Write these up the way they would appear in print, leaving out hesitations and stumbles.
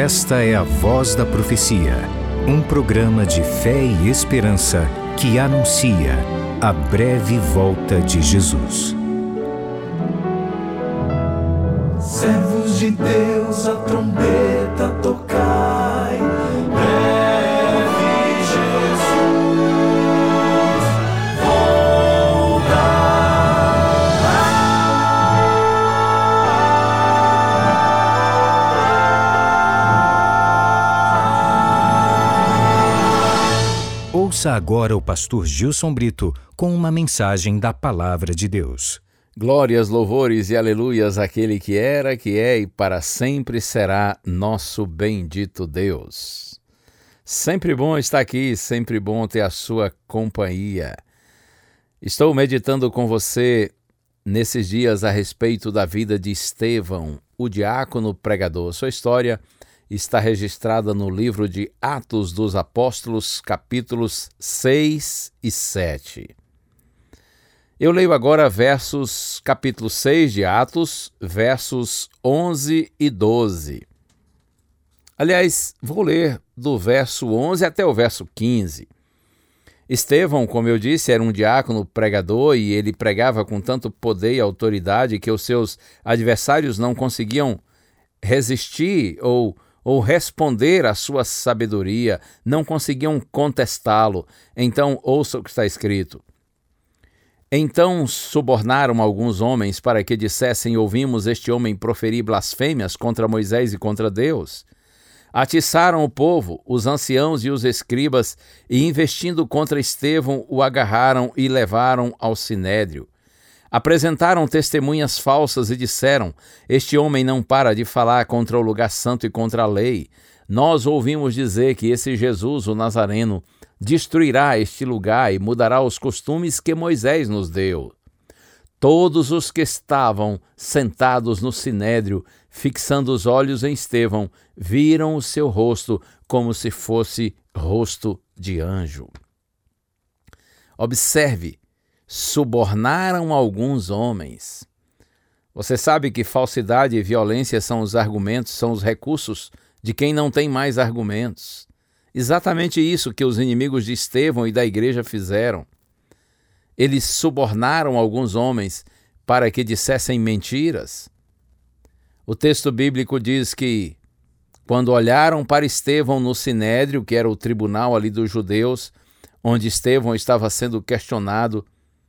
Esta é a Voz da Profecia, um programa de fé e esperança que anuncia a breve volta de Jesus. Servos de Deus, a trombeta tocai, breve Jesus voltará. Ouça agora o pastor Gilson Brito com uma mensagem da Palavra de Deus. Glórias, louvores e aleluias àquele que era, que é e para sempre será nosso bendito Deus. Sempre bom estar aqui, sempre bom ter a sua companhia. Estou meditando com você nesses dias a respeito da vida de Estevão, o diácono pregador. Sua história está registrada no livro de Atos dos Apóstolos, capítulos 6 e 7. Eu leio agora capítulo 6 de Atos, versos 11 e 12. Aliás, vou ler do verso 11 até o verso 15. Estevão, como eu disse, era um diácono pregador e ele pregava com tanto poder e autoridade que os seus adversários não conseguiam resistir ou responder à sua sabedoria, não conseguiam contestá-lo. Então, ouça o que está escrito. Então subornaram alguns homens para que dissessem: ouvimos este homem proferir blasfêmias contra Moisés e contra Deus. Atiçaram o povo, os anciãos e os escribas, e investindo contra Estevão, o agarraram e levaram ao sinédrio. Apresentaram testemunhas falsas e disseram: este homem não para de falar contra o lugar santo e contra a lei. Nós ouvimos dizer que esse Jesus, o Nazareno, destruirá este lugar e mudará os costumes que Moisés nos deu. Todos os que estavam sentados no sinédrio, fixando os olhos em Estevão, viram o seu rosto como se fosse rosto de anjo. Observe, subornaram alguns homens. Você sabe que falsidade e violência são os argumentos, são os recursos de quem não tem mais argumentos. Exatamente isso que os inimigos de Estevão e da igreja fizeram. Eles subornaram alguns homens para que dissessem mentiras. O texto bíblico diz que, quando olharam para Estevão no sinédrio, que era o tribunal ali dos judeus, onde Estevão estava sendo questionado,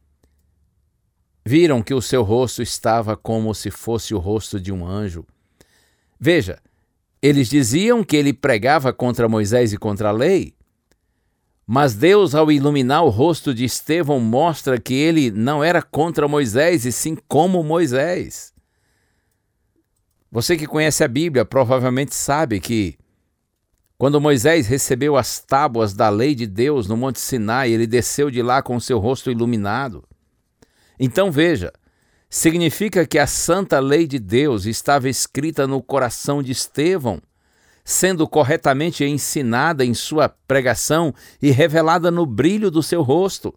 viram que o seu rosto estava como se fosse o rosto de um anjo. Veja, eles diziam que ele pregava contra Moisés e contra a lei, mas Deus, ao iluminar o rosto de Estevão, mostra que ele não era contra Moisés, e sim como Moisés. Você que conhece a Bíblia provavelmente sabe que, quando Moisés recebeu as tábuas da lei de Deus no Monte Sinai, ele desceu de lá com o seu rosto iluminado. Então veja, significa que a santa lei de Deus estava escrita no coração de Estevão, sendo corretamente ensinada em sua pregação e revelada no brilho do seu rosto.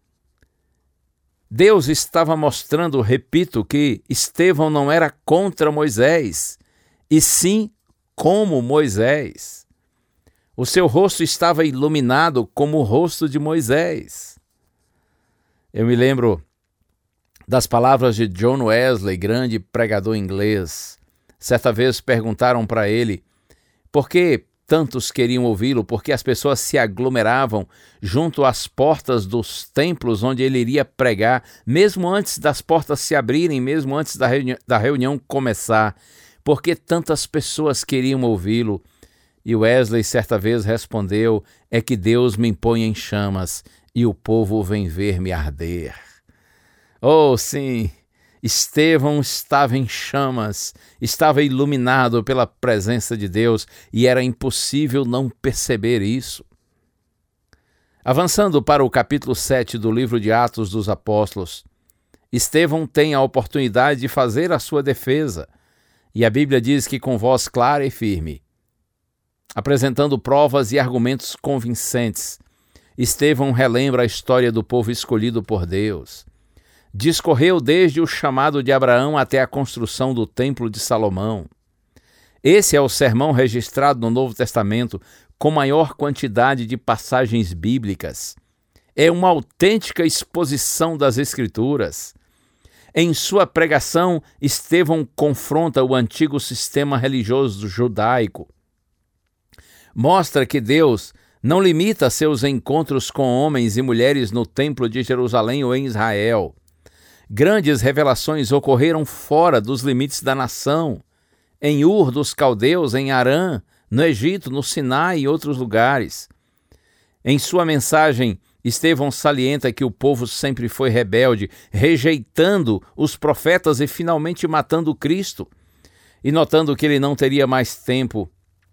Deus estava mostrando, repito, que Estevão não era contra Moisés, e sim como Moisés. O seu rosto estava iluminado como o rosto de Moisés. Eu me lembro das palavras de John Wesley, grande pregador inglês. Certa vez perguntaram para ele por que tantos queriam ouvi-lo, porque as pessoas se aglomeravam junto às portas dos templos onde ele iria pregar, mesmo antes das portas se abrirem, mesmo antes da reunião começar. Por que tantas pessoas queriam ouvi-lo? E Wesley certa vez respondeu: é que Deus me põe em chamas e o povo vem ver-me arder. Oh, sim, Estevão estava em chamas, estava iluminado pela presença de Deus e era impossível não perceber isso. Avançando para o capítulo 7 do livro de Atos dos Apóstolos, Estevão tem a oportunidade de fazer a sua defesa, e a Bíblia diz que com voz clara e firme, apresentando provas e argumentos convincentes, Estevão relembra a história do povo escolhido por Deus. Discorreu desde o chamado de Abraão até a construção do Templo de Salomão. Esse é o sermão registrado no Novo Testamento com maior quantidade de passagens bíblicas. É uma autêntica exposição das Escrituras. Em sua pregação, Estevão confronta o antigo sistema religioso judaico. Mostra que Deus não limita seus encontros com homens e mulheres no Templo de Jerusalém ou em Israel. Grandes revelações ocorreram fora dos limites da nação, em Ur dos Caldeus, em Harã, no Egito, no Sinai e outros lugares. Em sua mensagem, Estevão salienta que o povo sempre foi rebelde, rejeitando os profetas e finalmente matando Cristo, e notando que ele não teria mais tempo.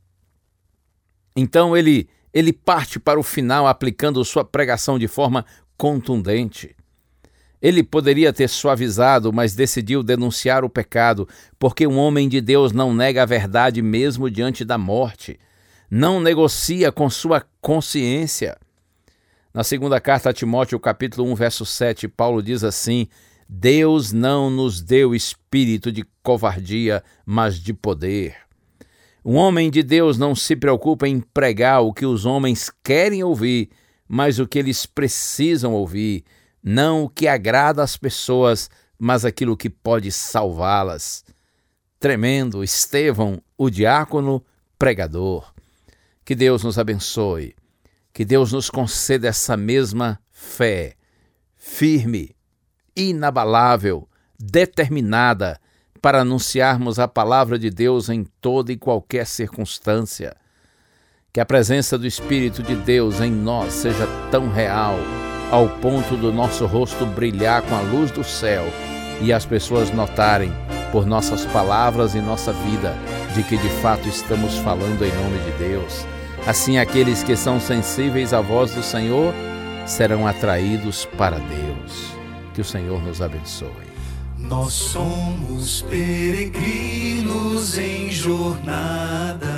Então ele parte para o final aplicando sua pregação de forma contundente. Ele poderia ter suavizado, mas decidiu denunciar o pecado, porque um homem de Deus não nega a verdade mesmo diante da morte. Não negocia com sua consciência. Na segunda carta a Timóteo, capítulo 1, verso 7, Paulo diz assim: Deus não nos deu espírito de covardia, mas de poder. Um homem de Deus não se preocupa em pregar o que os homens querem ouvir, mas o que eles precisam ouvir. Não o que agrada às pessoas, mas aquilo que pode salvá-las. Tremendo, Estevão, o diácono pregador. Que Deus nos abençoe. Que Deus nos conceda essa mesma fé, firme, inabalável, determinada, para anunciarmos a palavra de Deus em toda e qualquer circunstância. Que a presença do Espírito de Deus em nós seja tão real, ao ponto do nosso rosto brilhar com a luz do céu e as pessoas notarem, por nossas palavras e nossa vida, de que de fato estamos falando em nome de Deus. Assim, aqueles que são sensíveis à voz do Senhor serão atraídos para Deus. Que o Senhor nos abençoe. Nós somos peregrinos em jornada.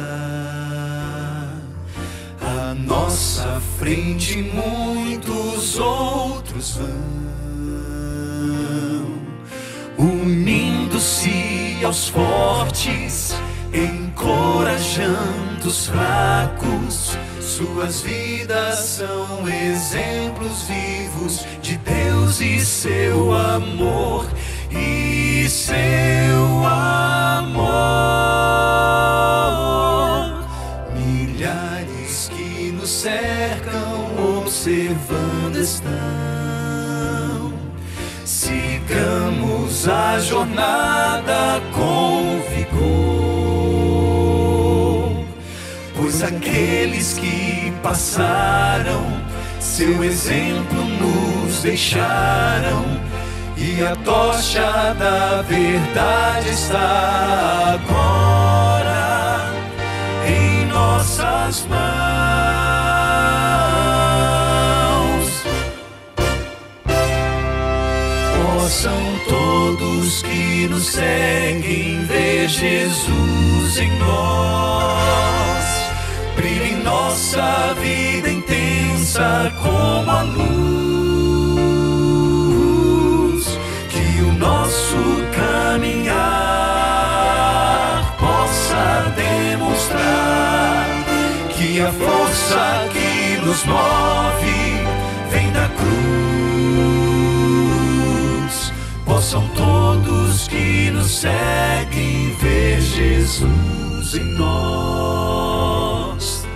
À nossa frente muitos outros vão, unindo-se aos fortes, encorajando os fracos. Suas vidas são exemplos vivos de Deus e seu amor, e seu amor. Milhares que nos cercam, observando estão. Sigamos a jornada com vigor, pois aqueles que passaram, seu exemplo nos deixaram, e a tocha da verdade está agora em nossas mãos. Possam todos que nos seguem ver Jesus em nós, brilha em nossa vida intensa como a luz, que o nosso caminhar possa demonstrar que a força que nos move vem da cruz. Possam todos que nos seguem ver Jesus em nós.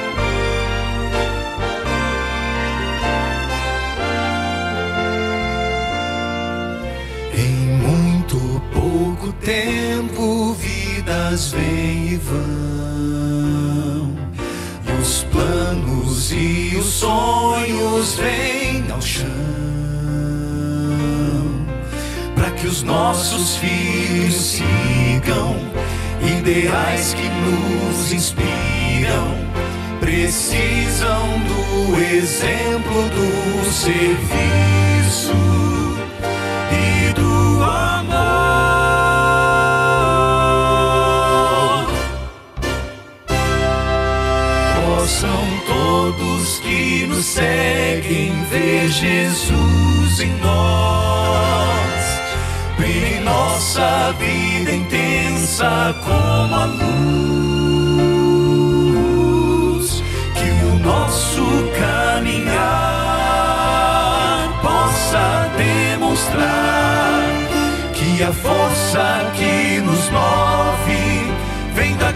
Em muito pouco tempo, vidas vêm e vão, e os planos e os sonhos vêm ao chão, para que os nossos filhos sigam ideais que nos inspiram. Precisam do exemplo do serviço e do amor. Possam todos que nos seguem ver Jesus em nós, brilha em nossa vida intensa como a luz, que o nosso caminhar possa demonstrar que a força que nos move vem da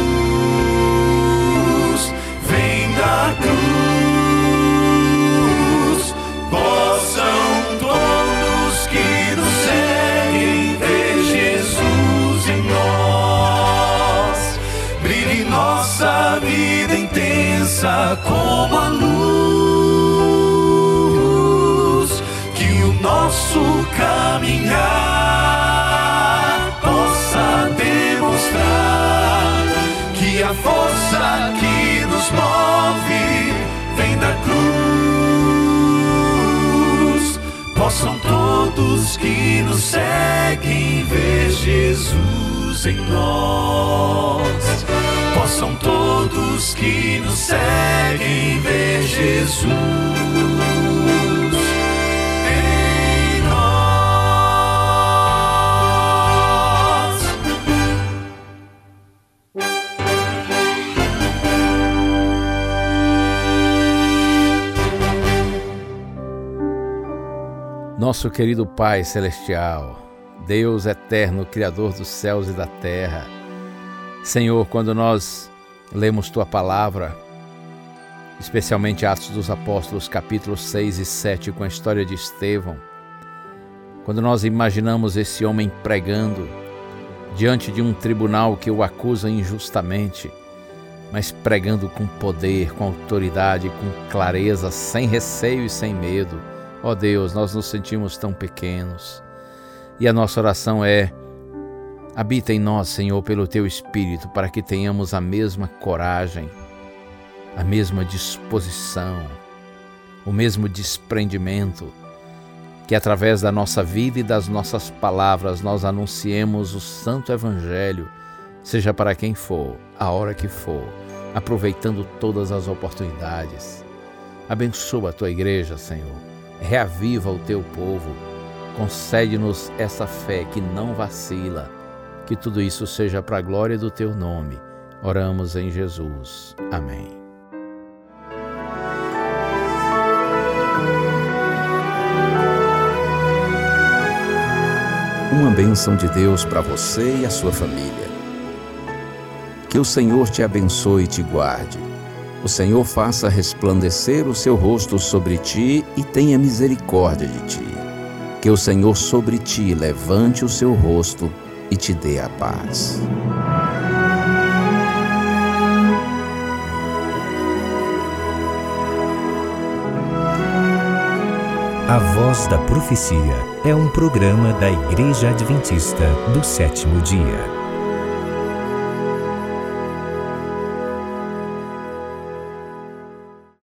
cruz, vem da cruz. Possam todos que nos seguem ver Jesus em nós. Brilhe nossa vida intensa como a luz, que o nosso caminhar possa demonstrar que a força que nos move vem da cruz. Possam todos que nos seguem ver Jesus em nós. Possam todos que nos seguem ver Jesus em nós. Nosso querido Pai Celestial, Deus eterno, Criador dos céus e da terra, Senhor, quando nós lemos Tua Palavra, especialmente Atos dos Apóstolos, capítulos 6 e 7, com a história de Estevão, quando nós imaginamos esse homem pregando diante de um tribunal que o acusa injustamente, mas pregando com poder, com autoridade, com clareza, sem receio e sem medo, ó Deus, nós nos sentimos tão pequenos. E a nossa oração é: habita em nós, Senhor, pelo Teu Espírito, para que tenhamos a mesma coragem, a mesma disposição, o mesmo desprendimento, que através da nossa vida e das nossas palavras nós anunciemos o Santo Evangelho, seja para quem for, a hora que for, aproveitando todas as oportunidades. Abençoa a Tua igreja, Senhor. Reaviva o Teu povo. Concede-nos essa fé que não vacila. Que tudo isso seja para a glória do Teu nome. Oramos em Jesus. Amém. Uma bênção de Deus para você e a sua família. Que o Senhor te abençoe e te guarde. O Senhor faça resplandecer o seu rosto sobre ti e tenha misericórdia de ti. Que o Senhor sobre ti levante o seu rosto e te dê a paz. A Voz da Profecia é um programa da Igreja Adventista do Sétimo Dia.